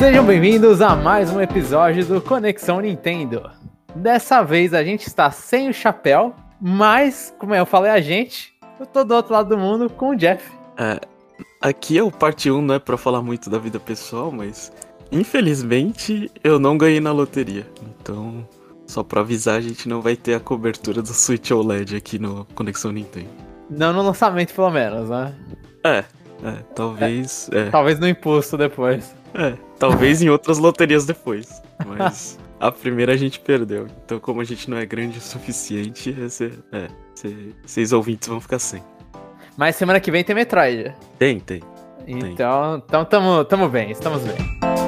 Sejam bem-vindos a mais um episódio do Conexão Nintendo. Dessa vez a gente está sem o chapéu, mas, como eu falei eu tô do outro lado do mundo com o Jeff. Aqui é o parte 1, não é pra falar muito da vida pessoal, mas infelizmente eu não ganhei na loteria. Então, só pra avisar, a gente não vai ter a cobertura do Switch OLED aqui no Conexão Nintendo. Não no lançamento, pelo menos, né? Talvez... Talvez no impulso depois. Talvez em outras loterias depois, mas a primeira a gente perdeu. Então, como a gente não é grande o suficiente, vocês ouvintes vão ficar sem. Mas semana que vem tem Metroid. Tem. Então tamo bem, estamos bem.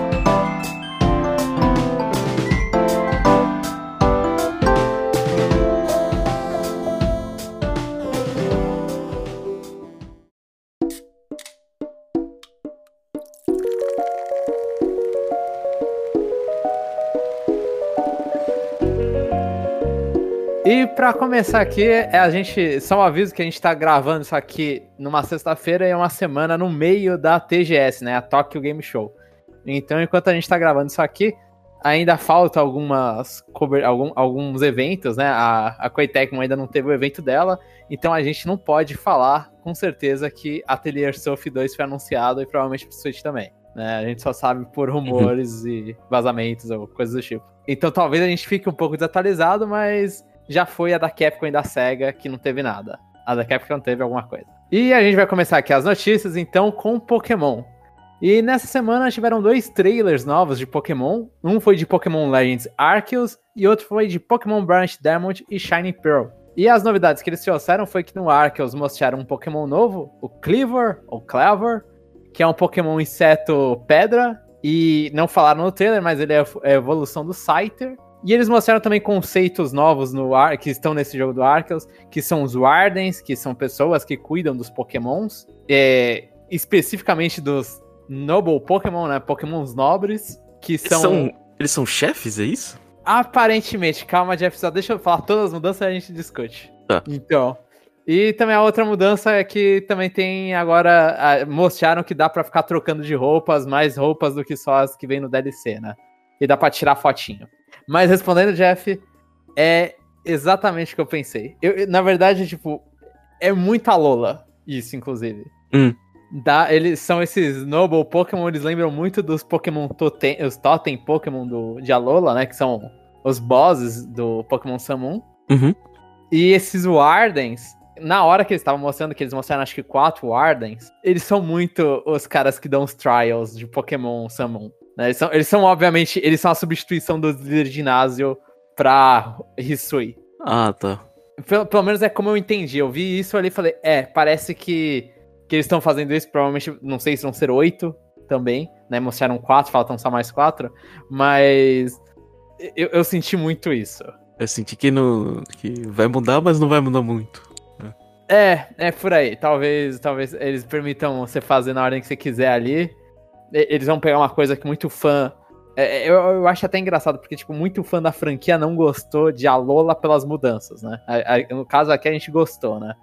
E pra começar aqui, só um aviso que a gente tá gravando isso aqui numa sexta-feira e uma semana no meio da TGS, né, a Tokyo Game Show. Então, enquanto a gente tá gravando isso aqui, ainda falta alguns eventos, né, a Koei Tecmo ainda não teve o evento dela, então a gente não pode falar com certeza que Atelier Surf 2 foi anunciado e provavelmente pro Switch também. Né? A gente só sabe por rumores e vazamentos ou coisas do tipo. Então talvez a gente fique um pouco desatualizado, mas... já foi a da Capcom e da Sega, que não teve nada. A da Capcom teve alguma coisa. E a gente vai começar aqui as notícias, então, com Pokémon. E nessa semana tiveram 2 trailers novos de Pokémon. Um foi de Pokémon Legends Arceus e outro foi de Pokémon Burnished Diamond e Shining Pearl. E as novidades que eles trouxeram foi que no Arceus mostraram um Pokémon novo, o Kleavor, ou Kleavor, que é um Pokémon inseto pedra. E não falaram no trailer, mas ele é a evolução do Scyther. E eles mostraram também conceitos novos que estão nesse jogo do Arceus, que são os Wardens, que são pessoas que cuidam dos Pokémons, especificamente dos Noble Pokémon, né? Pokémons nobres, que são... Eles são chefes, é isso? Aparentemente, calma, Jeff, só deixa eu falar todas as mudanças e a gente discute. Tá. Então, e também a outra mudança é que também tem agora, mostraram que dá pra ficar trocando de roupas, mais roupas do que só as que vem no DLC, né? E dá pra tirar fotinho. Mas respondendo, Jeff, é exatamente o que eu pensei. Na verdade, é muita Lola, isso, inclusive. Eles são esses Noble Pokémon, eles lembram muito dos Pokémon os Totem Pokémon de Alola, né? Que são os bosses do Pokémon Sun. E esses Wardens, na hora que eles estavam mostrando, que eles mostraram acho que 4 Wardens, eles são muito os caras que dão os trials de Pokémon Sun. Eles são, obviamente, eles são a substituição dos líderes de ginásio pra Hisui. Ah, tá. Pelo menos é como eu entendi. Eu vi isso ali e falei, parece que eles estão fazendo isso. Provavelmente, não sei se vão ser 8 também, né? Mostraram 4, faltam só mais 4. Mas eu senti muito isso. Eu senti que vai mudar, mas não vai mudar muito. É por aí. Talvez eles permitam você fazer na ordem que você quiser ali. Eles vão pegar uma coisa que muito fã... Eu acho até engraçado, porque, muito fã da franquia não gostou de Alola pelas mudanças, né? No caso aqui, a gente gostou, né?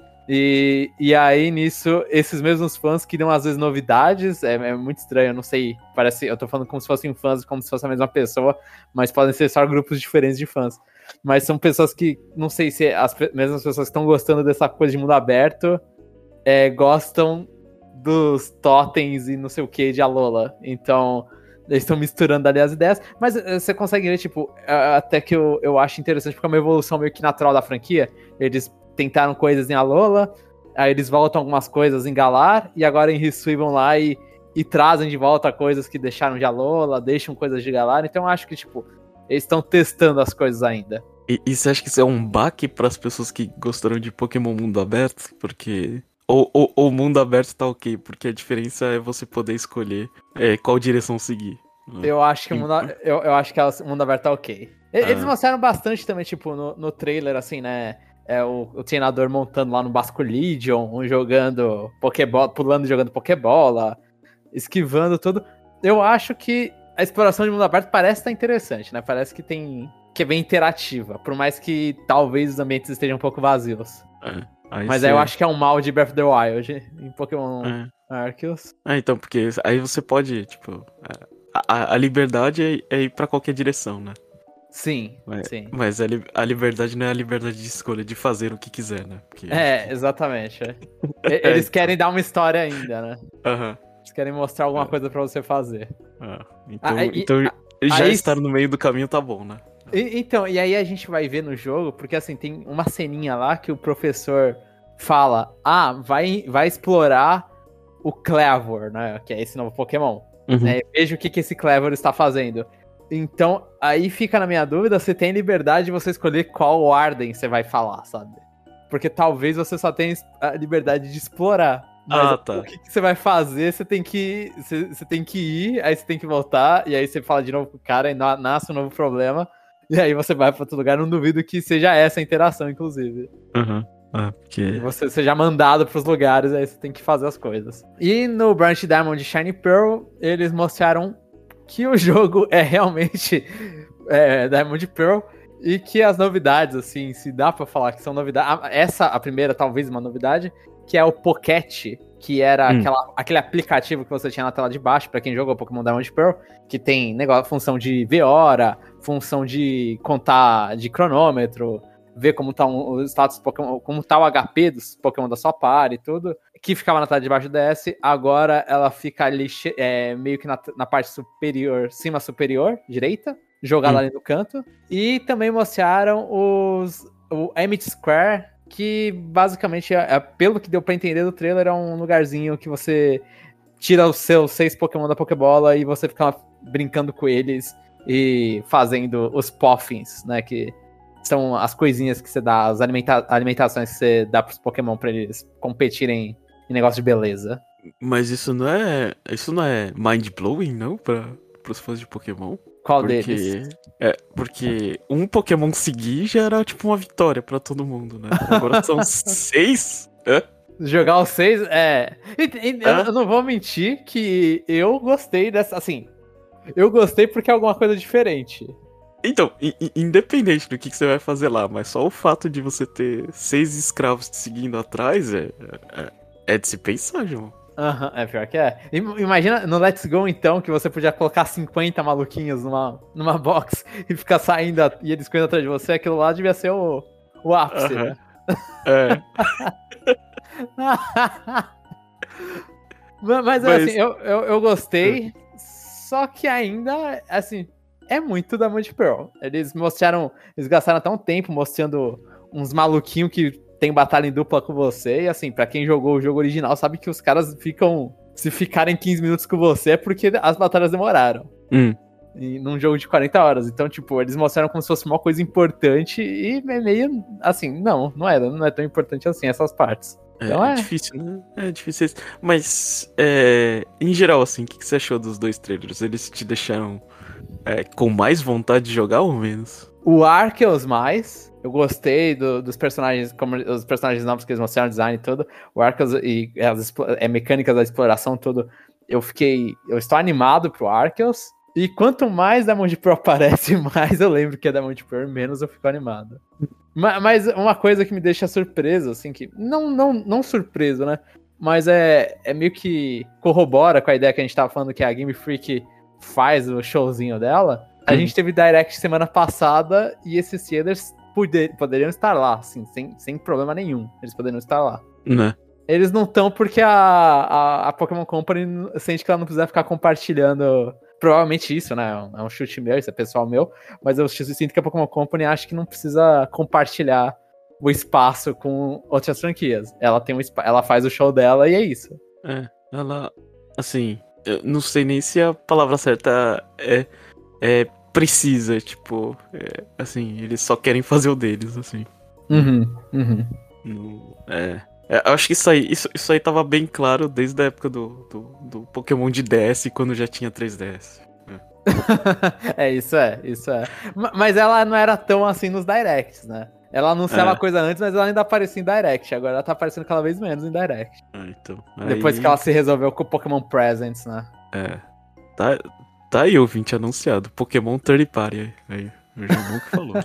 E aí, nisso, esses mesmos fãs que dão, às vezes, novidades. É muito estranho, eu não sei. Parece... Eu tô falando como se fossem fãs, como se fosse a mesma pessoa, mas podem ser só grupos diferentes de fãs. Mas são pessoas que... Não sei se as mesmas pessoas que estão gostando dessa coisa de mundo aberto gostam dos totens e não sei o que de Alola. Então, eles estão misturando ali as ideias. Mas você consegue ver, até que eu acho interessante, porque é uma evolução meio que natural da franquia. Eles tentaram coisas em Alola, aí eles voltam algumas coisas em Galar, e agora em Hisui vão lá e trazem de volta coisas que deixaram de Alola, deixam coisas de Galar. Então eu acho que, eles estão testando as coisas ainda. E você acha que isso é um baque pras pessoas que gostaram de Pokémon Mundo Aberto? Porque... Ou mundo aberto tá ok, porque a diferença é você poder escolher qual direção seguir. Eu acho que o mundo aberto tá ok. Eles mostraram bastante também, no trailer, assim, né? O treinador montando lá no Basco Legion, jogando Pokébola, pulando e jogando Pokébola, esquivando tudo. Eu acho que a exploração de mundo aberto parece estar interessante, né? Parece que é bem interativa, por mais que talvez os ambientes estejam um pouco vazios. Mas aí eu acho que é um mal de Breath of the Wild em Pokémon Arceus. Então, porque aí você pode, a liberdade é ir pra qualquer direção, né? Sim, Mas, sim. mas a liberdade não é a liberdade de escolha, de fazer o que quiser, né? Porque, Exatamente. Eles então, querem dar uma história ainda, né? aham. Eles querem mostrar alguma É. coisa pra você fazer. Aí, Então já aí, estar no meio do caminho tá bom, né? então, e aí a gente vai ver no jogo, porque assim, tem uma ceninha lá que o professor fala, vai explorar o Cleavor, né, que é esse novo Pokémon. Uhum. Né, veja o que esse Cleavor está fazendo. Então, aí fica na minha dúvida, você tem liberdade de você escolher qual ordem você vai falar, sabe? Porque talvez você só tenha a liberdade de explorar. Mas Tá. o que você vai fazer, você tem que ir, aí você tem que voltar, e aí você fala de novo com o cara, e nasce um novo problema, e aí você vai pra outro lugar. Não duvido que seja essa a interação, inclusive. Uhum. E você seja mandado pros lugares, aí você tem que fazer as coisas. E no Branch Diamond Shiny Pearl, eles mostraram que o jogo é realmente Diamond Pearl, e que as novidades, assim, se dá pra falar que são novidades. A primeira, talvez, uma novidade, que é o Pocket, que era aquele aplicativo que você tinha na tela de baixo, pra quem jogou Pokémon Diamond Pearl, que tem função de ver hora, função de contar de cronômetro, ver como tá o status Pokémon, como tá o HP dos Pokémon da sua par e tudo, que ficava na tela de baixo do DS, agora ela fica ali meio que na parte superior, cima superior, direita, jogada ali no canto. E também mostraram o Emmett Square, que basicamente, pelo que deu pra entender do trailer, é um lugarzinho que você tira os seus 6 Pokémon da Pokébola e você fica brincando com eles e fazendo os Poffins, né, que são as coisinhas que você dá, as alimentações que você dá pros Pokémon pra eles competirem em negócio de beleza. Mas isso não é mind-blowing, não? Pros fãs de Pokémon? Qual deles? Porque um Pokémon seguir já era tipo uma vitória pra todo mundo, né? Agora são 6? Jogar os 6, eu não vou mentir que eu gostei dessa, assim, eu gostei porque é alguma coisa diferente. Então, independente do que você vai fazer lá, mas só o fato de você ter 6 escravos te seguindo atrás é de se pensar, João. Pior que é. Imagina no Let's Go, então, que você podia colocar 50 maluquinhos numa box e ficar saindo e eles correndo atrás de você. Aquilo lá devia ser o ápice, né? Mas assim, eu gostei, só que ainda, assim, é muito da Diamond Pearl. Eles gastaram até um tempo mostrando uns maluquinhos que tem batalha em dupla com você, e assim, pra quem jogou o jogo original, sabe que os caras se ficarem 15 minutos com você é porque as batalhas demoraram. Num jogo de 40 horas. Então, tipo, eles mostraram como se fosse uma coisa importante e meio, assim, não é tão importante assim essas partes. Então é difícil, né? É difícil. Mas, em geral, assim, o que você achou dos dois trailers? Eles te deixaram com mais vontade de jogar ou menos? O Arceus mais. Eu gostei dos personagens, como os personagens novos que eles mostraram, o design e tudo. O Arceus e as mecânicas da exploração, tudo. Eu estou animado pro Arceus. E quanto mais Diamond Pearl aparece, mais eu lembro que é Diamond Pearl, menos eu fico animado. Mas uma coisa que me deixa surpreso, assim, que não surpreso, né? Mas é meio que corrobora com a ideia que a gente tava falando que a Game Freak faz o showzinho dela. A gente teve Direct semana passada e esses seeders poderiam estar lá, assim, sem problema nenhum. Eles poderiam estar lá. Né? Eles não estão porque a Pokémon Company sente que ela não precisa ficar compartilhando. Provavelmente isso, né? É um chute meu, isso é pessoal meu. Mas eu sinto que a Pokémon Company acha que não precisa compartilhar o espaço com outras franquias. Ela faz o show dela e é isso. Ela. Assim, eu não sei nem se a palavra certa é precisa, tipo. Assim, eles só querem fazer o deles, assim. Eu acho que isso aí tava bem claro desde a época do Pokémon de DS, quando já tinha 3DS. Isso é. Mas ela não era tão assim nos Directs, né? Ela anunciava coisa antes, mas ela ainda aparecia em Direct. Agora ela tá aparecendo cada vez menos em Direct. Então. Depois que ela se resolveu com o Pokémon Presents, né? Tá aí, ouvinte anunciado. Pokémon Third Party. Aí, o João que falou.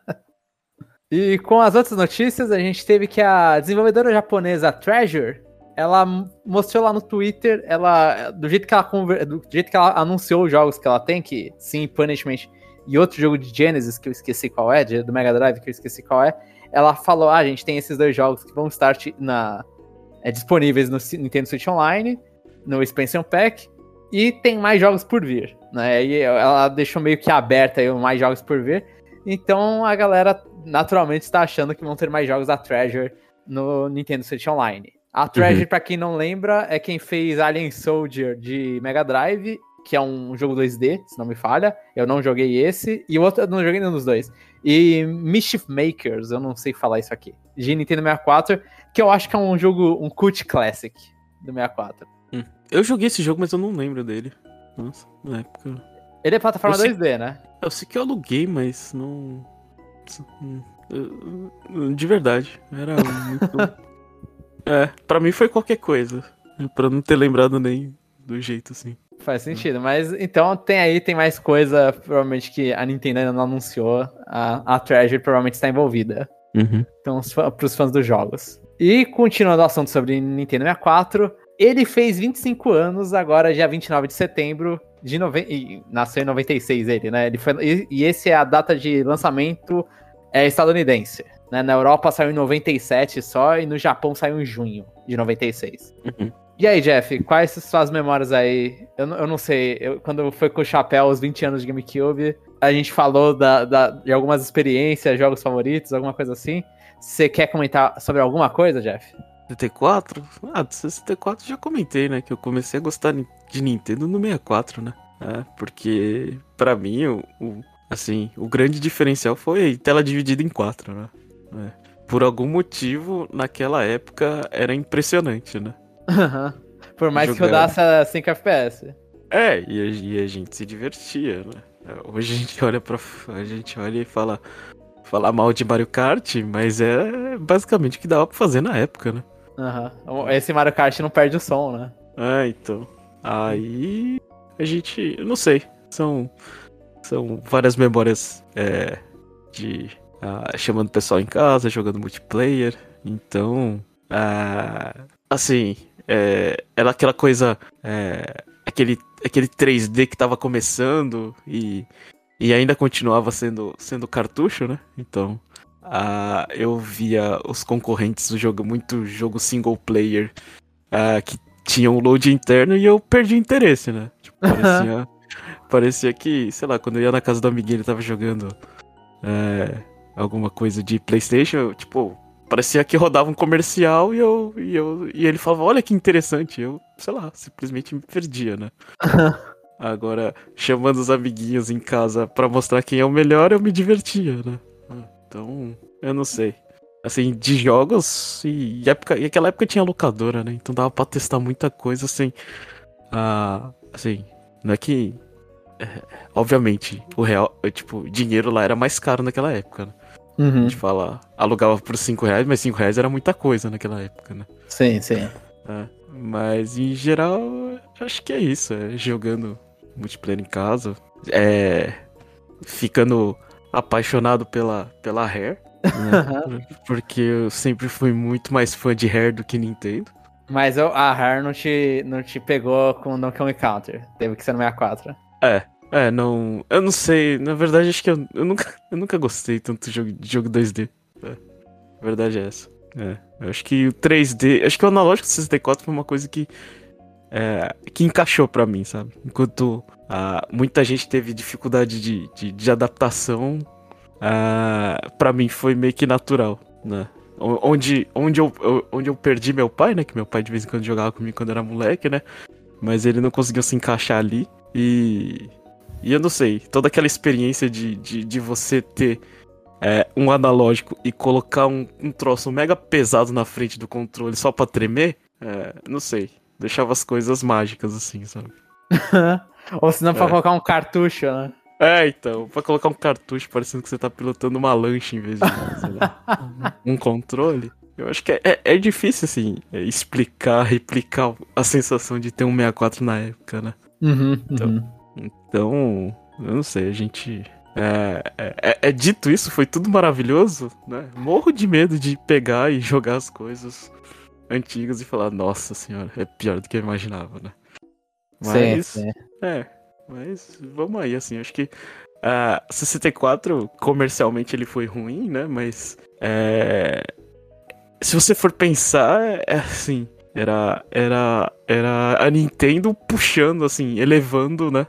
E com as outras notícias, a gente teve que a desenvolvedora japonesa Treasure ela mostrou lá no Twitter, do jeito que ela anunciou os jogos que ela tem, que sim, Punishment e outro jogo de Genesis, que eu esqueci qual é, do Mega Drive, que eu esqueci qual é, ela falou, a gente tem esses 2 jogos que vão estar disponíveis no Nintendo Switch Online, no Expansion Pack, e tem mais jogos por vir, né? E ela deixou meio que aberta aí mais jogos por vir, então a galera naturalmente está achando que vão ter mais jogos da Treasure no Nintendo Switch Online. A Treasure, pra quem não lembra, é quem fez Alien Soldier de Mega Drive, que é um jogo 2D, se não me falha. Eu não joguei esse, e o outro eu não joguei nenhum dos dois. E Mischief Makers, eu não sei falar isso aqui, de Nintendo 64, que eu acho que é um jogo, um cult classic do 64. Eu joguei esse jogo, mas eu não lembro dele. Nossa, na época... Ele é plataforma 2D, né? Eu sei que eu aluguei, mas não... De verdade, era muito... pra mim foi qualquer coisa. Pra não ter lembrado nem do jeito assim. Faz sentido, mas então tem mais coisa, provavelmente, que a Nintendo ainda não anunciou. A Treasure provavelmente está envolvida. Então, pros fãs dos jogos. E continuando o assunto sobre Nintendo 64, ele fez 25 anos agora, dia 29 de setembro e nasceu em 96 ele, né? E esse é a data de lançamento estadunidense. Né? Na Europa saiu em 97 só, e no Japão saiu em junho de 96. E aí, Jeff, quais são suas memórias aí? Eu não sei, quando foi com o chapéu os 20 anos de GameCube, a gente falou de algumas experiências, jogos favoritos, alguma coisa assim. Você quer comentar sobre alguma coisa, Jeff? 64? Do 64 já comentei, né? Que eu comecei a gostar de Nintendo no 64, né? Porque, pra mim, o grande diferencial foi tela dividida em 4, né? Por algum motivo, naquela época, era impressionante, né? Por mais que rodasse a 5 FPS. E a gente se divertia, né? Hoje a gente olha e fala mal de Mario Kart, mas é basicamente o que dava pra fazer na época, né? Esse Mario Kart não perde o som, né? Então. Aí a gente, eu não sei, são várias memórias de chamando o pessoal em casa, jogando multiplayer. Então, assim, era aquela coisa, aquele 3D que tava começando e ainda continuava sendo cartucho, né? Então, eu via os concorrentes do jogo, muito jogo single player, que tinham um load interno, e eu perdi o interesse, né? Tipo, parecia que, sei lá, quando eu ia na casa do amiguinho, ele tava jogando alguma coisa de PlayStation, tipo, parecia que rodava um comercial e ele falava, olha que interessante. Eu, sei lá, simplesmente me perdia, né? Agora, chamando os amiguinhos em casa pra mostrar quem é o melhor, eu me divertia, né? Então, eu não sei. Assim, de jogos, e aquela época tinha locadora, né? Então dava pra testar muita coisa, assim. Assim, não é que... obviamente, o real, tipo, dinheiro lá era mais caro naquela época, né? A gente fala, alugava por R$5, mas R$5 era muita coisa naquela época, né? Sim. Mas, em geral, acho que é isso. Jogando multiplayer em casa. Ficando apaixonado pela Rare. Né? Porque eu sempre fui muito mais fã de Rare do que Nintendo. Mas a Rare não te pegou com o Donkey Kong Country. Teve que ser no 64. Não. Eu não sei. Na verdade, acho que eu nunca gostei tanto de jogo 2D. A verdade é essa. Eu acho que o 3D. Acho que o analógico do 64 foi uma coisa que encaixou pra mim, sabe? Enquanto muita gente teve dificuldade de adaptação, pra mim foi meio que natural, né? Onde eu perdi meu pai, né? Que meu pai de vez em quando jogava comigo quando eu era moleque, né? Mas ele não conseguiu se encaixar ali. E eu não sei, toda aquela experiência de você ter um analógico e colocar um troço mega pesado na frente do controle só pra tremer, não sei, deixava as coisas mágicas assim, sabe? Ou se não pra colocar um cartucho, né? Então, pra colocar um cartucho parecendo que você tá pilotando uma lancha em vez de, sei lá, um controle. Eu acho que é difícil, assim, replicar a sensação de ter um 64 na época, né? Então, eu não sei, a gente... dito isso, foi tudo maravilhoso, né? Morro de medo de pegar e jogar as coisas antigos e falar, nossa senhora, é pior do que eu imaginava, né? Mas, Sim. mas vamos aí, assim, acho que 64, comercialmente ele foi ruim, né? Mas se você for pensar, assim, era a Nintendo puxando, assim, elevando, né?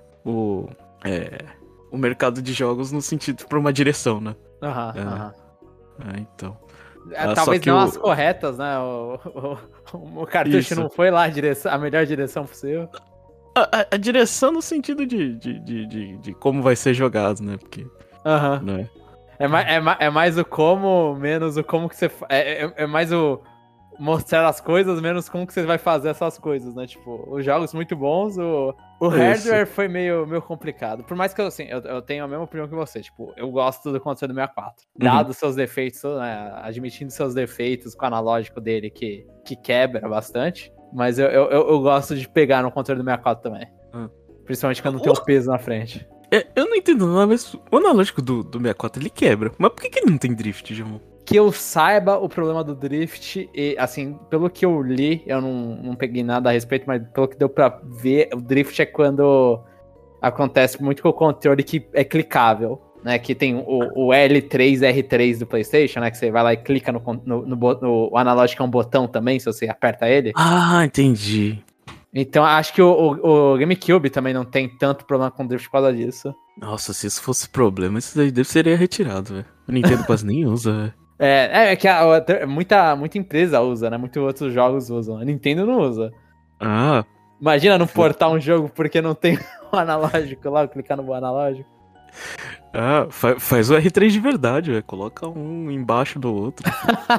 O mercado de jogos no sentido pra uma direção, né? Aham. Então. Só Talvez que não as corretas, né? O cartucho Isso. não foi lá a melhor direção possível. A direção no sentido de como vai ser jogado, né? Porque. Aham. Né? É mais o como, menos o como que você. É mais o mostrar as coisas, menos como que você vai fazer essas coisas, né? Tipo, os jogos muito bons, o hardware foi meio complicado. Por mais que assim, eu tenho a mesma opinião que você. Tipo, eu gosto do controle do 64. Dado seus defeitos, né, admitindo seus defeitos com o analógico dele, que quebra bastante. Mas eu gosto de pegar no controle do 64 também. Principalmente quando não tem o peso na frente. Eu não entendo nada, mas o analógico do 64 ele quebra. Mas por que ele não tem drift, Jamon? Que eu saiba o problema do drift, e assim, pelo que eu li, eu não peguei nada a respeito, mas pelo que deu pra ver, o drift é quando acontece muito com o controle que é clicável, né? Que tem o L3, R3 do PlayStation, né? Que você vai lá e clica o analógico é um botão também, se você aperta ele. Ah, entendi. Então acho que o GameCube também não tem tanto problema com drift por causa disso. Nossa, se isso fosse problema, isso daí seria retirado, velho. O Nintendo quase nem usa, velho. É que muita empresa usa, né? Muitos outros jogos usam. A Nintendo não usa. Imagina não portar um jogo porque não tem o analógico lá, clicar no analógico. Faz o R3 de verdade, velho. Coloca um embaixo do outro.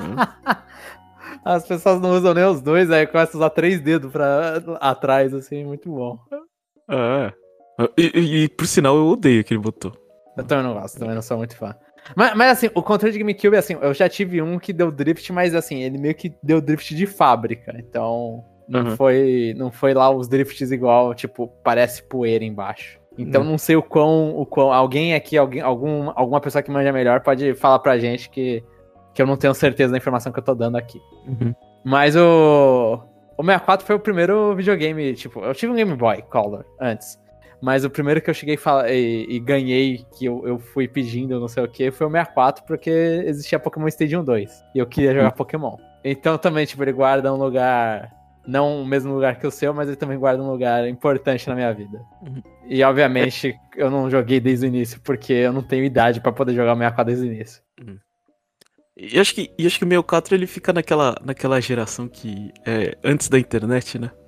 As pessoas não usam nem os dois, aí começa a usar 3 dedos pra atrás, assim, muito bom. E por sinal, eu odeio aquele botão. Eu também não gosto, também não sou muito fã. Mas assim, o controle de GameCube, assim, eu já tive um que deu drift, mas assim, ele meio que deu drift de fábrica. Então, não foi lá os drifts igual, tipo, parece poeira embaixo. Então não sei o quão alguém aqui, alguma pessoa que manja melhor pode falar pra gente que eu não tenho certeza da informação que eu tô dando aqui. Mas o 64 foi o primeiro videogame, tipo, eu tive um Game Boy Color antes. Mas o primeiro que eu cheguei e ganhei, que eu fui pedindo, não sei o que, foi o 64, porque existia Pokémon Stadium 2. E eu queria jogar Pokémon. Então também, tipo, ele guarda um lugar, não o mesmo lugar que o seu, mas ele também guarda um lugar importante na minha vida. E obviamente eu não joguei desde o início, porque eu não tenho idade pra poder jogar o 64 desde o início. E acho que o 64 ele fica naquela geração que é antes da internet, né?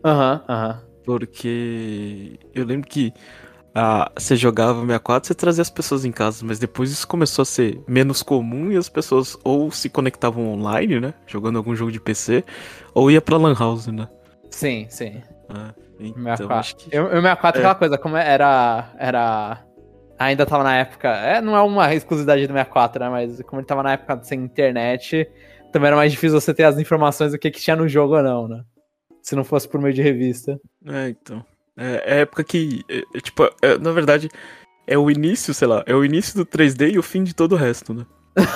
Porque eu lembro que você jogava 64, você trazia as pessoas em casa, mas depois isso começou a ser menos comum e as pessoas ou se conectavam online, né? Jogando algum jogo de PC, ou ia pra Lan House, né? Sim. Então, 64. acho que... O 64 aquela coisa, como era... Ainda tava na época... não é uma exclusividade do 64, né? Mas como ele tava na época sem internet, também era mais difícil você ter as informações do que tinha no jogo ou não, né? Se não fosse por meio de revista. Então. É a época que, tipo, na verdade, é o início, sei lá, é o início do 3D e o fim de todo o resto, né?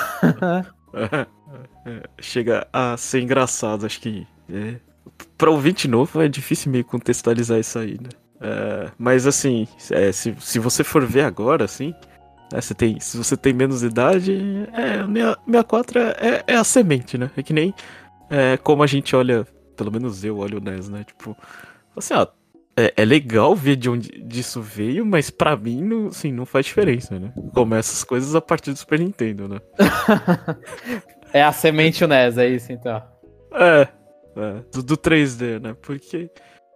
Chega a ser engraçado, acho que. Pra ouvinte novo é difícil meio contextualizar isso aí, né? Mas assim, se você for ver agora, assim, né, se você tem menos idade, o 64 é a semente, né? É que nem como a gente olha, pelo menos eu olho o NES, né? Tipo, assim, é legal ver de onde disso veio, mas pra mim, não faz diferença, né? Começa as coisas a partir do Super Nintendo, né? É a semente o NES, é isso então. Do 3D, né? Porque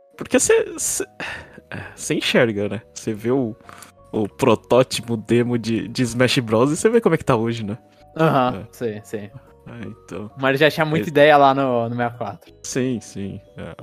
você enxerga, né? Você vê o protótipo demo de Smash Bros. E você vê como é que tá hoje, né? Sim. Então, Mas ele já tinha muita ideia lá no 64. Sim.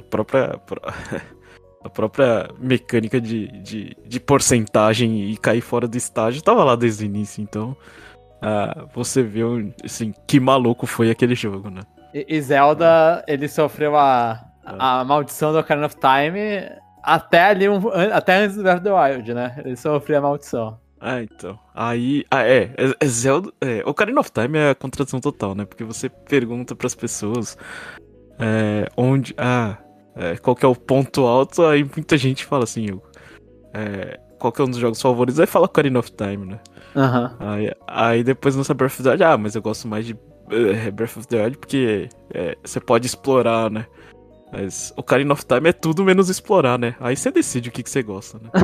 A própria mecânica de porcentagem e cair fora do estágio tava lá desde o início, então você vê assim, que maluco foi aquele jogo, né? E Zelda, ele sofreu a maldição do Ocarina of Time até antes do Breath of the Wild, né? Ele sofreu a maldição. Então. Aí. Zelda. Ocarina of Time é a contradição total, né? Porque você pergunta pras pessoas. onde... qual que é o ponto alto? Aí muita gente fala assim, qual que é um dos jogos favoritos? Aí fala Ocarina of Time, né? Aham. Aí depois lança Breath of the Wild, mas eu gosto mais de Breath of the Wild porque você pode explorar, né? Mas Ocarina of Time é tudo menos explorar, né? Aí você decide o que você gosta, né?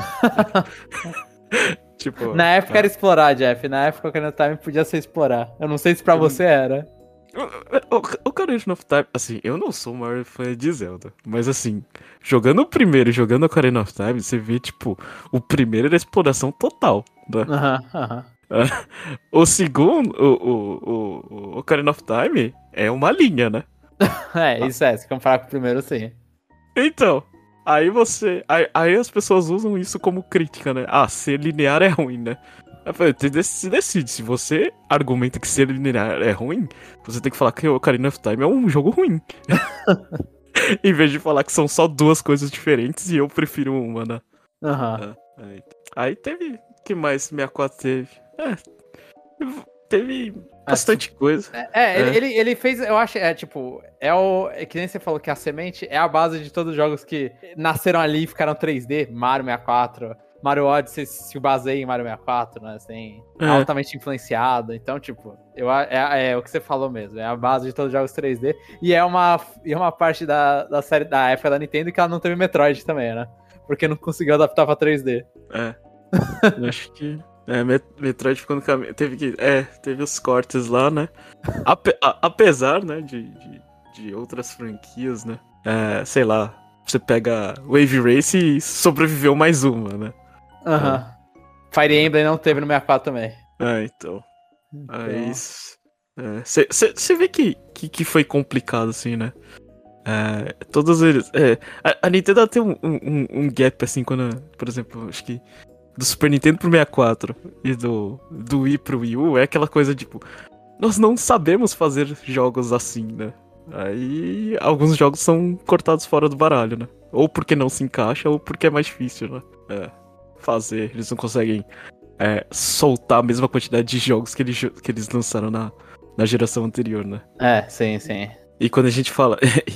Tipo, Na época era explorar, Jeff. Na época o Ocarina of Time podia ser explorar. Eu não sei se pra você era. Ocarina of Time, assim, eu não sou o maior fã de Zelda, mas assim, jogando o primeiro e jogando Ocarina of Time, você vê, tipo, o primeiro era exploração total, né? Aham. O segundo, o Ocarina of Time é uma linha, né? Isso se comparar com o primeiro, sim. Então, aí as pessoas usam isso como crítica, né? Ah, ser linear é ruim, né? Eu falei, se decide, se você argumenta que ser linear é ruim, você tem que falar que o Ocarina of Time é um jogo ruim. Em vez de falar que são só duas coisas diferentes e eu prefiro uma, né? Aham. Aí teve, o que mais 64 teve? Teve bastante coisa. Ele fez, eu acho, tipo, que nem você falou que a semente é a base de todos os jogos que nasceram ali e ficaram 3D, Mario 64, Mario Odyssey se baseia em Mario 64, né, assim, altamente influenciado, então, tipo, é o que você falou mesmo, é a base de todos os jogos 3D, e é uma parte da série, da época da Nintendo que ela não teve Metroid também, né, porque não conseguiu adaptar pra 3D. Eu acho que... Metroid ficou no caminho. Teve os cortes lá, né? Apesar, né, de outras franquias, né? Sei lá, você pega Wave Race e sobreviveu mais uma, né? Aham. Fire Emblem não teve no 64 também. Então. Aí. Você vê que foi complicado, assim, né? Todos eles. A Nintendo tem um gap, assim, quando. Por exemplo, acho que. Do Super Nintendo pro 64 e do Wii pro Wii U é aquela coisa tipo, nós não sabemos fazer jogos assim, né? Aí alguns jogos são cortados fora do baralho, né? Ou porque não se encaixa, ou porque é mais difícil, né? Fazer. Eles não conseguem soltar a mesma quantidade de jogos que eles lançaram na geração anterior, né? Sim. E quando a gente fala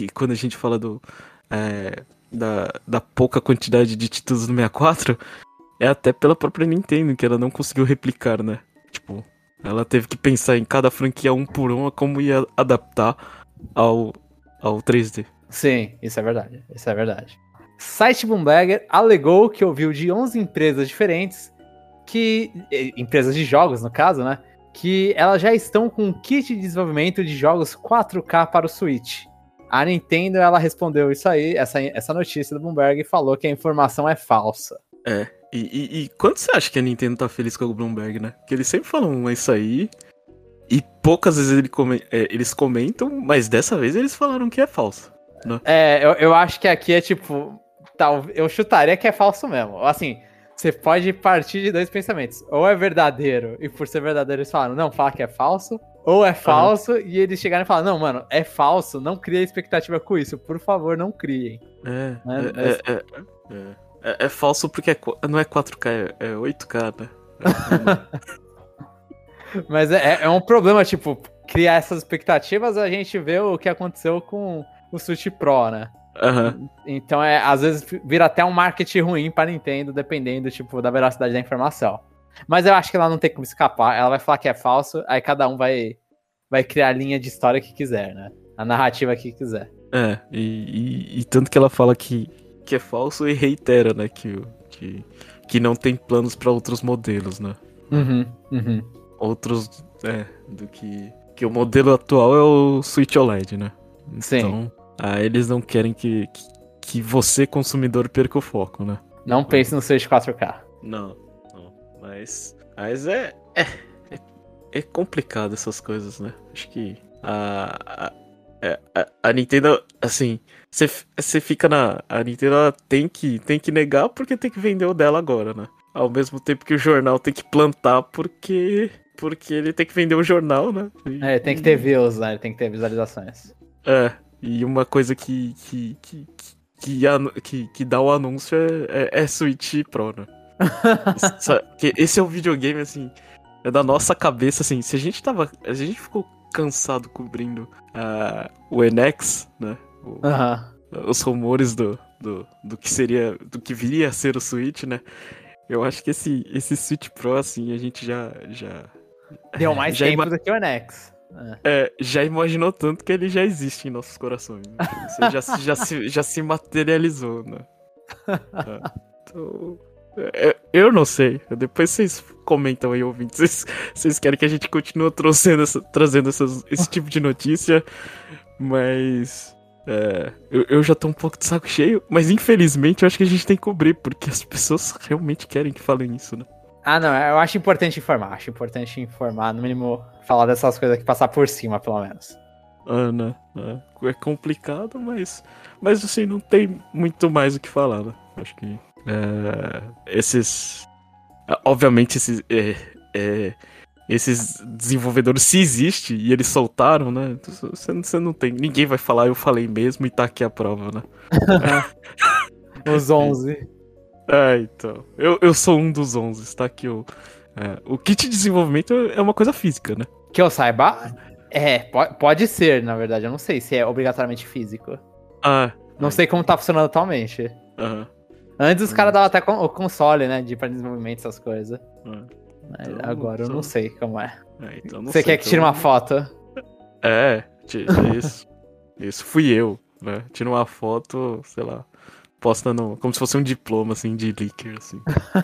da pouca quantidade de títulos no 64, é até pela própria Nintendo que ela não conseguiu replicar, né? Tipo, ela teve que pensar em cada franquia um por um, como ia adaptar ao 3D. Sim, isso é verdade. Site Bloomberg alegou que ouviu de 11 empresas diferentes, empresas de jogos no caso, né? Que elas já estão com um kit de desenvolvimento de jogos 4K para o Switch. A Nintendo, ela respondeu isso aí, essa notícia do Bloomberg, e falou que a informação é falsa. E quando você acha que a Nintendo tá feliz com o Bloomberg, né? Porque eles sempre falam isso aí, e poucas vezes eles comentam, mas dessa vez eles falaram que é falso, né? Eu acho que aqui é tipo... eu chutaria que é falso mesmo. Assim, você pode partir de dois pensamentos. Ou é verdadeiro, e por ser verdadeiro eles falaram, não, fala que é falso. Ou é falso, e eles chegaram e falaram, não, mano, é falso, não cria expectativa com isso. Por favor, não criem. É falso porque não é 4K, é 8K, né? Mas é um problema, tipo, criar essas expectativas, a gente vê o que aconteceu com o Switch Pro, né? Então, às vezes, vira até um marketing ruim pra Nintendo, dependendo, tipo, da veracidade da informação. Mas eu acho que ela não tem como escapar, ela vai falar que é falso, aí cada um vai criar a linha de história que quiser, né? A narrativa que quiser. E tanto que ela fala que é falso e reitera, né, que não tem planos pra outros modelos, né? Outros, do que o modelo atual é o Switch OLED, né? Então, eles não querem que você, consumidor, perca o foco, né? Não pense no Switch 4K. Não, mas é complicado essas coisas, né? Acho que a Nintendo, assim, você fica a Nintendo ela tem que negar porque tem que vender o dela agora, né? Ao mesmo tempo que o jornal tem que plantar porque ele tem que vender o jornal, né? Tem que ter views, né? Tem que ter visualizações. E uma coisa que dá o anúncio é Switch Pro, né? Esse é o videogame, assim, é da nossa cabeça, assim, a gente ficou cansado cobrindo o NX, né? Os rumores do que seria, do que viria a ser o Switch, né? Eu acho que esse Switch Pro, assim, a gente já Deu mais já tempo do que o NX. já imaginou tanto que ele já existe em nossos corações. Né? Isso já se materializou, né? Então, eu não sei. Depois vocês comentam aí, ouvintes. Vocês querem que a gente continue trazendo esse tipo de notícia, mas... eu já tô um pouco de saco cheio, mas infelizmente eu acho que a gente tem que cobrir, porque as pessoas realmente querem que falem isso, né? Não, eu acho importante informar, no mínimo falar dessas coisas aqui, passar por cima, pelo menos. Né? É complicado, mas assim, não tem muito mais o que falar, né? Acho que obviamente esses desenvolvedores, se existe e eles soltaram, né? Você não tem. Ninguém vai falar, eu falei mesmo e tá aqui a prova, né? Os 11. Então. Eu sou um dos 11, tá aqui o kit de desenvolvimento é uma coisa física, né? Que eu saiba, pode ser, na verdade. Eu não sei se é obrigatoriamente físico. Não sei como tá funcionando atualmente. Antes os caras davam até o console, né? Para desenvolvimento, essas coisas. Mas então, agora eu não sei como é. Então não Você sei, quer que tire uma foto? Isso fui eu, né? Tira uma foto, sei lá, posta como se fosse um diploma, assim, de leaker, assim.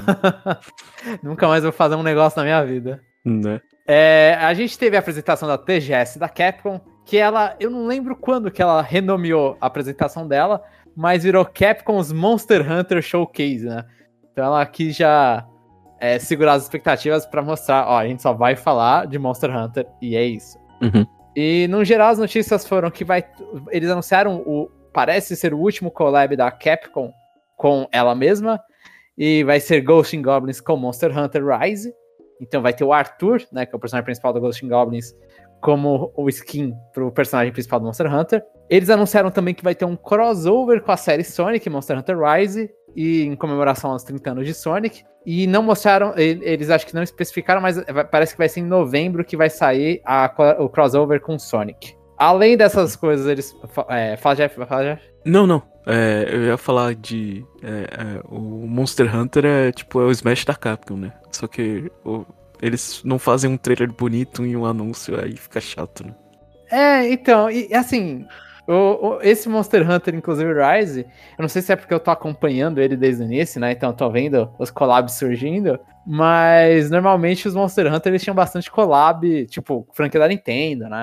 Nunca mais vou fazer um negócio na minha vida. Né? A gente teve a apresentação da TGS da Capcom, que eu não lembro quando que ela renomeou a apresentação dela, mas virou Capcom's Monster Hunter Showcase, né? Então ela aqui já segurar as expectativas pra mostrar, a gente só vai falar de Monster Hunter, e é isso. E, no geral, as notícias foram que eles anunciaram parece ser o último collab da Capcom com ela mesma, e vai ser Ghosts 'n Goblins com Monster Hunter Rise. Então vai ter o Arthur, né, que é o personagem principal do Ghosts 'n Goblins, como o skin pro personagem principal do Monster Hunter. Eles anunciaram também que vai ter um crossover com a série Sonic, Monster Hunter Rise, e em comemoração aos 30 anos de Sonic. E não mostraram, eles acho que não especificaram, mas parece que vai ser em novembro que vai sair o crossover com Sonic. Além dessas coisas, eles... Fala, Jeff. Não. Eu ia falar de... o Monster Hunter é o Smash da Capcom, né? Só que eles não fazem um trailer bonito em um anúncio, aí fica chato, né? Então, e assim... esse Monster Hunter, inclusive Rise, eu não sei se é porque eu tô acompanhando ele desde o início, né? Então eu tô vendo os collabs surgindo. Mas normalmente os Monster Hunter eles tinham bastante collab, tipo, franquia da Nintendo, né?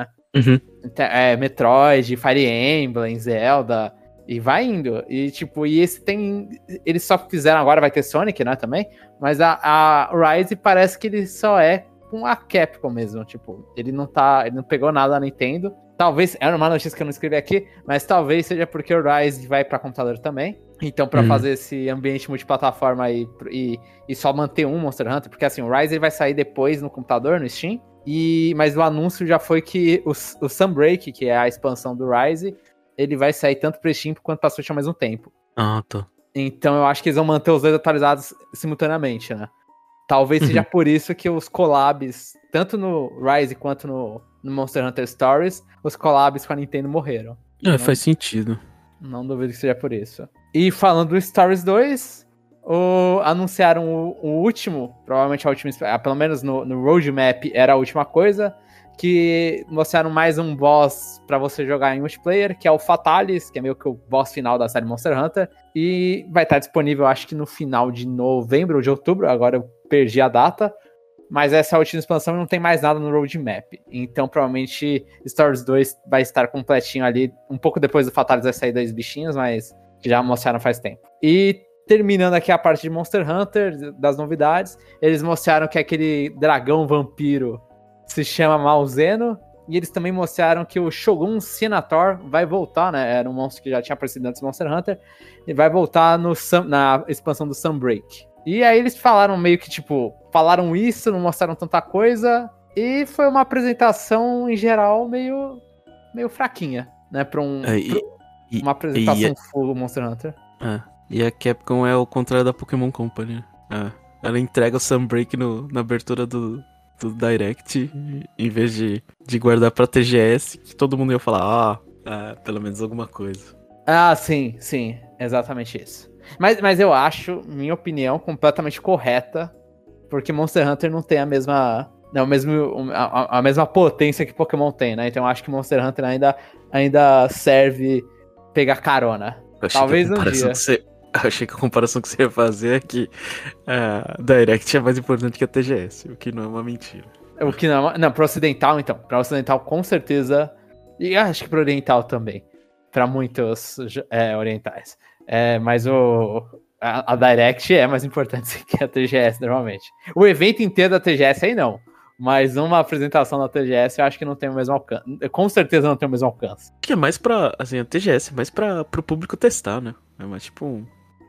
Metroid, Fire Emblem, Zelda, e vai indo. E esse tem. Eles só fizeram agora, vai ter Sonic, né? Também. Mas a Rise parece que ele só é com a Capcom mesmo. Ele não pegou nada da Nintendo. Talvez, é uma notícia que eu não escrevi aqui, mas talvez seja porque o Rise vai pra computador também. Então, pra fazer esse ambiente multiplataforma aí e só manter um Monster Hunter, porque assim, o Rise ele vai sair depois no computador, no Steam, mas o anúncio já foi que o Sunbreak, que é a expansão do Rise, ele vai sair tanto pro Steam quanto pra Switch ao mesmo tempo. Tá. Então eu acho que eles vão manter os dois atualizados simultaneamente, né? Talvez seja por isso que os collabs, tanto no Rise quanto no Monster Hunter Stories, os collabs com a Nintendo morreram. Faz sentido. Não duvido que seja por isso. E falando do Stories 2, anunciaram o último, provavelmente a última, pelo menos no roadmap era a última coisa, que mostraram mais um boss pra você jogar em multiplayer, que é o Fatalis, que é meio que o boss final da série Monster Hunter, e vai estar disponível acho que no final de novembro ou de outubro, agora eu perdi a data, mas essa é a última expansão e não tem mais nada no roadmap, então provavelmente Stories 2 vai estar completinho ali, um pouco depois do Fatalis vai sair 2 bichinhos, mas que já mostraram faz tempo. E terminando aqui a parte de Monster Hunter, das novidades, eles mostraram que aquele dragão vampiro se chama Malzeno, e eles também mostraram que o Shogun Senator vai voltar, né? Era um monstro que já tinha aparecido antes do Monster Hunter, e vai voltar na expansão do Sunbreak. E aí eles falaram meio que, falaram isso, não mostraram tanta coisa, e foi uma apresentação, em geral, meio fraquinha, né? Pra uma apresentação full Monster Hunter. E a Capcom é o contrário da Pokémon Company. Ela entrega o Sunbreak na abertura do Direct, em vez de guardar pra TGS, que todo mundo ia falar, Pelo menos alguma coisa. Ah, sim, exatamente isso. Mas eu acho, minha opinião, completamente correta, porque Monster Hunter não tem a mesma. Não, a mesma potência que Pokémon tem, né? Então eu acho que Monster Hunter ainda serve pegar carona. Talvez um dia. Achei que a comparação que você ia fazer é que a Direct é mais importante que a TGS, o que não é uma mentira. O que não, pro ocidental, então. Pra ocidental, com certeza. E acho que pro oriental também. Pra muitos orientais. Mas a Direct é mais importante que a TGS, normalmente. O evento inteiro da TGS aí não. Mas uma apresentação da TGS eu acho que não tem o mesmo alcance. Com certeza não tem o mesmo alcance. Acho que é mais pra, assim, a TGS é mais pro público testar, né? É mais tipo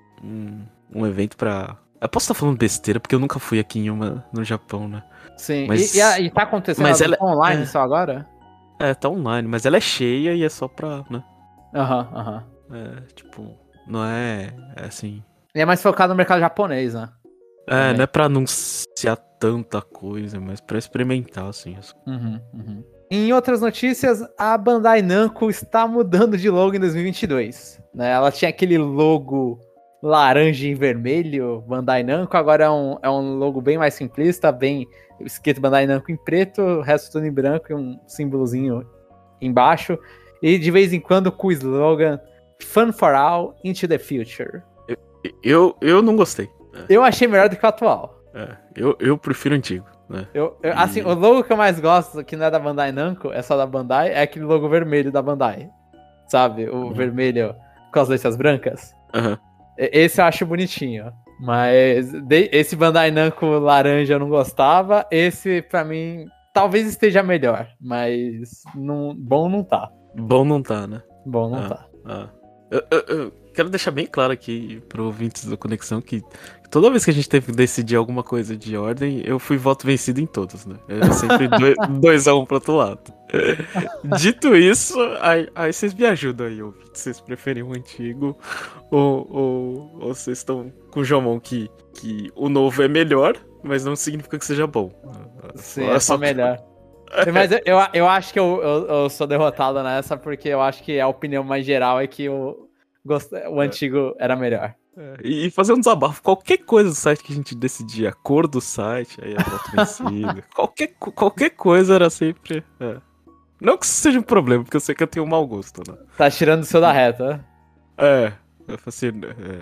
um evento pra... Eu posso estar falando besteira, porque eu nunca fui aqui em uma no Japão, né? Sim, mas, e tá acontecendo ela online só agora? Tá online, mas ela é cheia e é só pra, né? Aham. Tipo, não é assim... E é mais focado no mercado japonês, né? Não é pra anunciar tanta coisa, mas pra experimentar, assim. Uhum. Em outras notícias, a Bandai Namco está mudando de logo em 2022. Né? Ela tinha aquele logo laranja e vermelho, Bandai Namco, agora é um logo bem mais simplista, bem escrito Bandai Namco em preto, o resto tudo em branco e um símbolozinho embaixo. E de vez em quando com o slogan Fun for All, Into the Future. Eu não gostei. Eu achei melhor do que o atual. Eu prefiro o antigo, né? Assim, o logo que eu mais gosto, que não é da Bandai Namco, é só da Bandai, é aquele logo vermelho da Bandai. Sabe? O vermelho com as letras brancas. Esse eu acho bonitinho. Mas esse Bandai Namco laranja eu não gostava. Esse, pra mim, talvez esteja melhor. Mas bom não tá. Bom não tá, né? Bom não tá. Eu quero deixar bem claro aqui pro ouvintes da Conexão que toda vez que a gente teve que decidir alguma coisa de ordem, eu fui voto vencido em todos, né? Era sempre 2-1 pro outro lado. Dito isso, aí vocês me ajudam aí, ouvintes. Vocês preferem o antigo ou vocês estão com o Jomon que o novo é melhor, mas não significa que seja bom. Sim, é só melhor. Mas eu acho que eu sou derrotado nessa porque eu acho que a opinião mais geral é que o antigo era melhor. E fazer um desabafo, qualquer coisa do site que a gente decidia, a cor do site, aí a voto vencida, qualquer coisa era sempre... Não que isso seja um problema, porque eu sei que eu tenho um mau gosto, né? Tá tirando o seu da reta. Assim,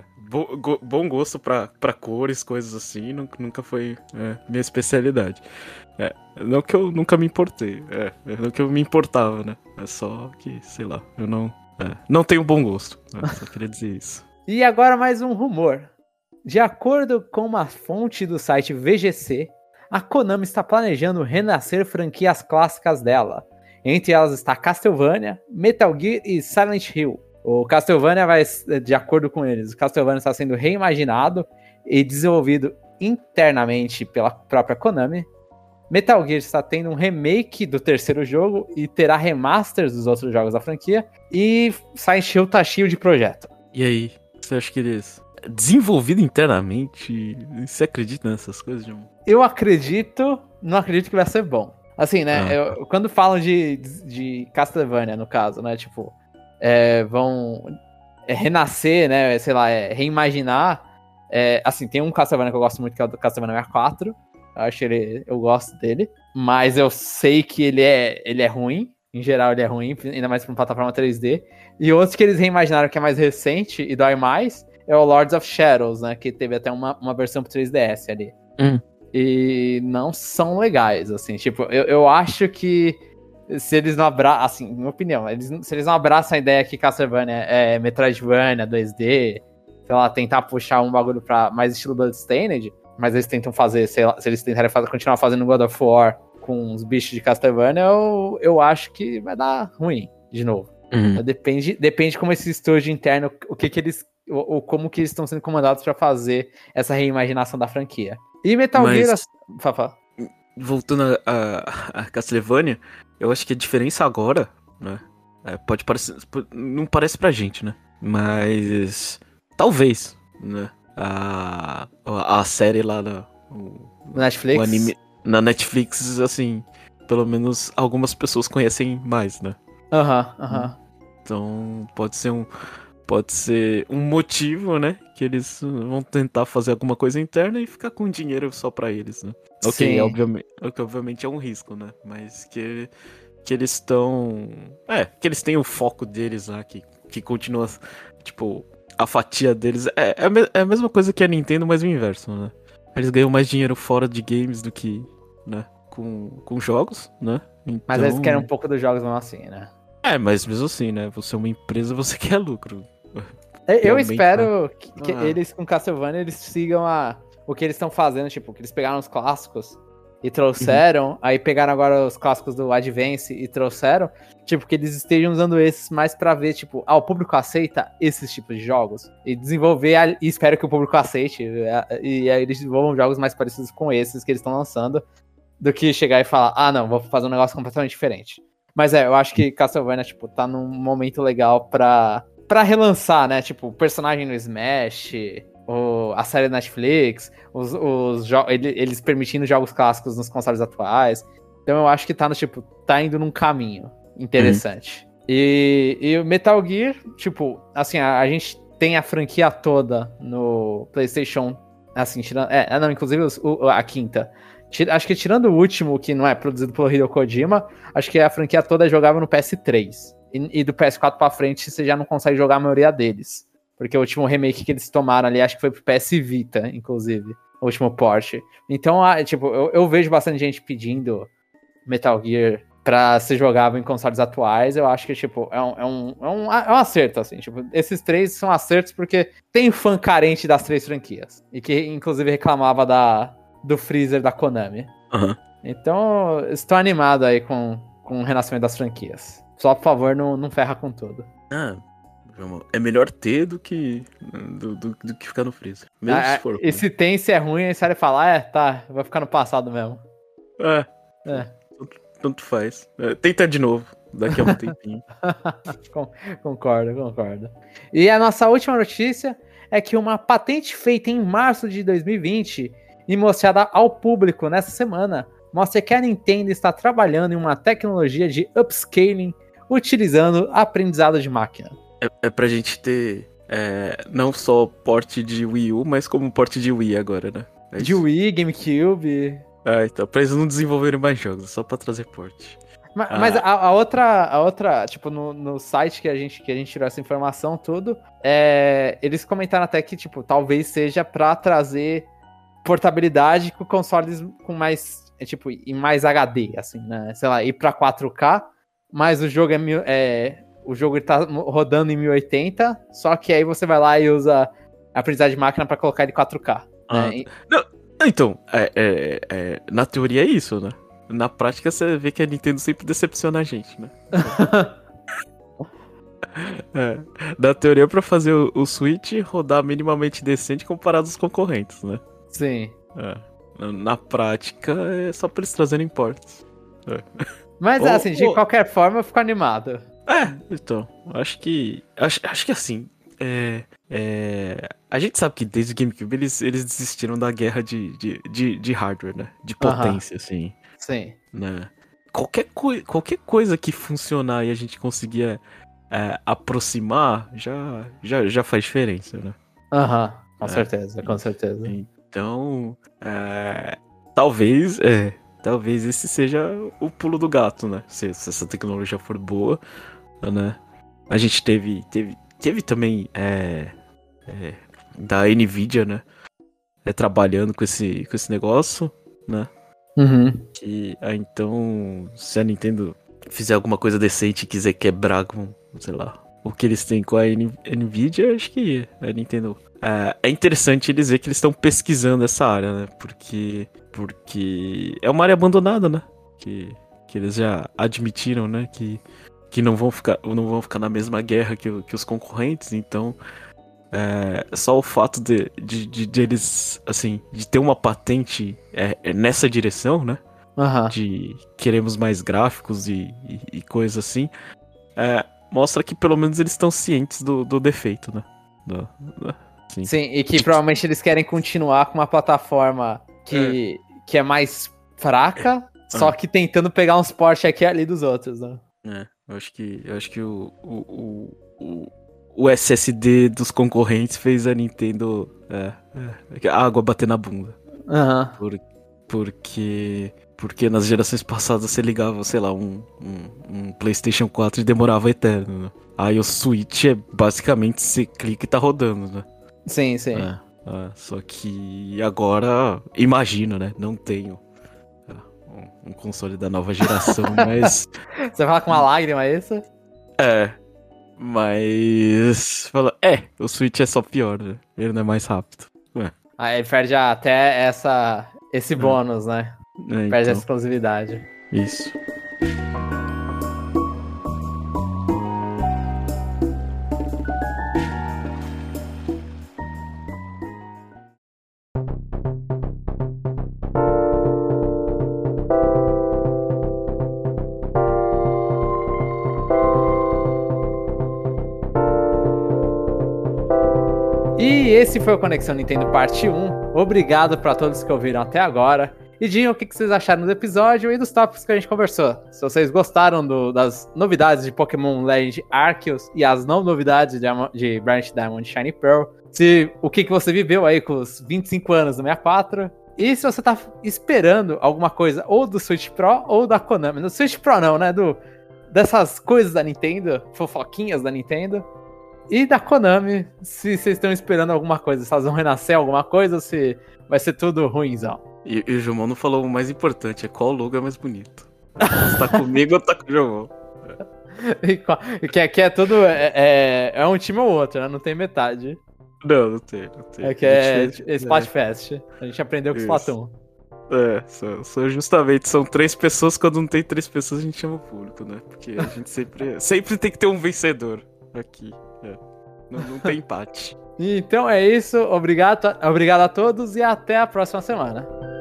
bom gosto pra cores, coisas assim, nunca foi minha especialidade. Não que eu nunca me importei, não que eu me importava, né? É só que, sei lá, eu não tenho bom gosto, só queria dizer isso. E agora mais um rumor. De acordo com uma fonte do site VGC, a Konami está planejando renascer franquias clássicas dela. Entre elas está Castlevania, Metal Gear e Silent Hill. O Castlevania vai, de acordo com eles, o Castlevania está sendo reimaginado e desenvolvido internamente pela própria Konami. Metal Gear está tendo um remake do terceiro jogo e terá remasters dos outros jogos da franquia. E Silent Hill tá cheio de projeto. E aí, você acha que eles... Desenvolvido internamente, você acredita nessas coisas, João? Eu acredito, não acredito que vai ser bom. Assim, né, quando falam de Castlevania, no caso, né, tipo... vão renascer, né, sei lá, reimaginar. Assim, tem um Castlevania que eu gosto muito, que é o do Castlevania 64. Eu gosto dele. Mas eu sei que ele é ruim. Em geral, ele é ruim, ainda mais pra uma plataforma 3D. E outros que eles reimaginaram que é mais recente e dói mais é o Lords of Shadows, né, que teve até uma versão pro 3DS ali. E não são legais, assim. Tipo, eu acho que se eles não abraçam, assim, minha opinião, se eles não abraçam a ideia que Castlevania é Metroidvania 2D, sei lá, tentar puxar um bagulho pra mais estilo Bloodstained, mas eles tentam fazer, sei lá, se eles tentarem continuar fazendo God of War com os bichos de Castlevania, eu acho que vai dar ruim, de novo. Depende como esse estúdio interno, como que eles estão sendo comandados pra fazer essa reimaginação da franquia. E Metal Gear... Fafá. Voltando a Castlevania, eu acho que a diferença agora, né, pode parecer... Não parece pra gente, né? Mas... Talvez, né? A série lá Netflix? O anime na Netflix, assim... Pelo menos algumas pessoas conhecem mais, né? Então pode ser um motivo, né? Que eles vão tentar fazer alguma coisa interna e ficar com dinheiro só pra eles, né? Sim. Obviamente é um risco, né? Mas que eles estão... que eles têm o foco deles lá, que continua, tipo, a fatia deles. É a mesma coisa que a Nintendo, mas o inverso, né? Eles ganham mais dinheiro fora de games do que, né? Com jogos, né? Então... Mas eles querem um pouco dos jogos mesmo assim, né? Mas mesmo assim, né? Você é uma empresa, você quer lucro. Eu espero que eles, com Castlevania, eles sigam o que eles estão fazendo, tipo, que eles pegaram os clássicos e trouxeram, aí pegaram agora os clássicos do Advance e trouxeram, tipo, que eles estejam usando esses mais pra ver, tipo, o público aceita esses tipos de jogos e desenvolver, e espero que o público aceite, e aí eles desenvolvam jogos mais parecidos com esses que eles estão lançando, do que chegar e falar, não, vou fazer um negócio completamente diferente. Mas eu acho que Castlevania, tipo, tá num momento legal pra relançar, né? Tipo, o personagem no Smash, a série Netflix, eles permitindo jogos clássicos nos consoles atuais. Então eu acho que tá indo num caminho interessante. E o Metal Gear, tipo, assim, a gente tem a franquia toda no PlayStation, assim, tirando... inclusive a quinta. Acho que tirando o último, que não é produzido pelo Hideo Kojima, acho que a franquia toda jogava no PS3. E do PS4 pra frente você já não consegue jogar a maioria deles. Porque o último remake que eles tomaram ali, acho que foi pro PS Vita, inclusive. O último port. Então, tipo, eu vejo bastante gente pedindo Metal Gear pra ser jogável em consoles atuais. Eu acho que, tipo, é um acerto, assim. Tipo, esses três são acertos porque tem fã carente das três franquias. E que, inclusive, reclamava do freezer da Konami. Uhum. Então, estou animado aí com o renascimento das franquias. Só, por favor, não ferra com tudo. É melhor ter do que ficar no freezer. Mesmo se for. E se tem, se é ruim, aí você vai falar, tá, vai ficar no passado mesmo. Tanto faz. Tenta de novo, daqui a um tempinho. Concordo. E a nossa última notícia é que uma patente feita em março de 2020 e mostrada ao público nessa semana mostra que a Nintendo está trabalhando em uma tecnologia de upscaling utilizando aprendizado de máquina. É pra gente ter não só porte de Wii U, mas como porte de Wii agora, né? De Wii, GameCube. Então, pra eles não desenvolverem mais jogos, só pra trazer porte. Mas a outra, tipo, no site que a gente tirou essa informação, tudo, eles comentaram até que, tipo, talvez seja pra trazer portabilidade com consoles com mais, tipo, em mais HD, assim, né? Sei lá, ir pra 4K, mas o jogo o jogo tá rodando em 1080, só que aí você vai lá e usa a aprendizagem de máquina pra colocar ele em 4K. Né? Não, então, na teoria é isso, né? Na prática você vê que a Nintendo sempre decepciona a gente, né? Na teoria pra fazer o Switch rodar minimamente decente comparado aos concorrentes, né? Sim. Na prática é só pra eles trazerem portes. Mas assim, de qualquer forma eu fico animado. Então, acho que assim, a gente sabe que desde o GameCube eles desistiram da guerra de hardware, né? De potência, assim. Sim. Né? Qualquer coisa que funcionar e a gente conseguir aproximar, já faz diferença, né? Com certeza. Então, talvez esse seja o pulo do gato, né? Se essa tecnologia for boa, né? A gente teve também da Nvidia, né? Trabalhando com esse negócio, né? Então, se a Nintendo fizer alguma coisa decente e quiser quebrar com, sei lá, o que eles têm com a Nvidia, acho que a Nintendo... É interessante eles ver que eles estão pesquisando essa área, né? Porque é uma área abandonada, né? Que eles já admitiram, né? Que não vão ficar na mesma guerra que os concorrentes, então só o fato de eles, assim, de ter uma patente nessa direção, né? De queremos mais gráficos e coisas assim, mostra que pelo menos eles estão cientes do defeito, né? Sim, e que provavelmente eles querem continuar com uma plataforma que é mais fraca, só que tentando pegar uns portes aqui e ali dos outros, né? Eu acho que o SSD dos concorrentes fez a Nintendo a água bater na bunda. Aham. Porque nas gerações passadas você ligava, sei lá, um PlayStation 4 e demorava eterno, né? Aí o Switch é basicamente você clica e tá rodando, né? Sim, sim. Só que agora, imagino, né? Não tenho um console da nova geração, mas. Você fala com uma lágrima isso? Mas. O Switch é só pior, né? Ele não é mais rápido. Aí perde até esse bônus, né? Perde a Então, exclusividade. isso. E esse foi o Conexão Nintendo Parte 1. Obrigado para todos que ouviram até agora. E digam o que vocês acharam do episódio e dos tópicos que a gente conversou. Se vocês gostaram das novidades de Pokémon Legend Arceus e as não novidades de Brilliant Diamond e Shiny Pearl. O que você viveu aí com os 25 anos do 64. E se você tá esperando alguma coisa ou do Switch Pro ou da Konami. No Switch Pro não, né? Dessas coisas da Nintendo, fofoquinhas da Nintendo. E da Konami, se vocês estão esperando alguma coisa, se elas vão renascer alguma coisa ou se vai ser tudo ruimzão. E o Jomon não falou o mais importante, é qual logo é mais bonito. Você tá comigo ou tá com o Jomon? Que aqui é tudo. É um time ou outro, né? Não tem metade. Não tem. É que é Splatfest. A gente aprendeu com Splatoon. São 3 pessoas, quando não tem 3 pessoas a gente chama o público, né? Porque a gente sempre tem que ter um vencedor aqui. Não tem empate. Então é isso. Obrigado a todos e até a próxima semana.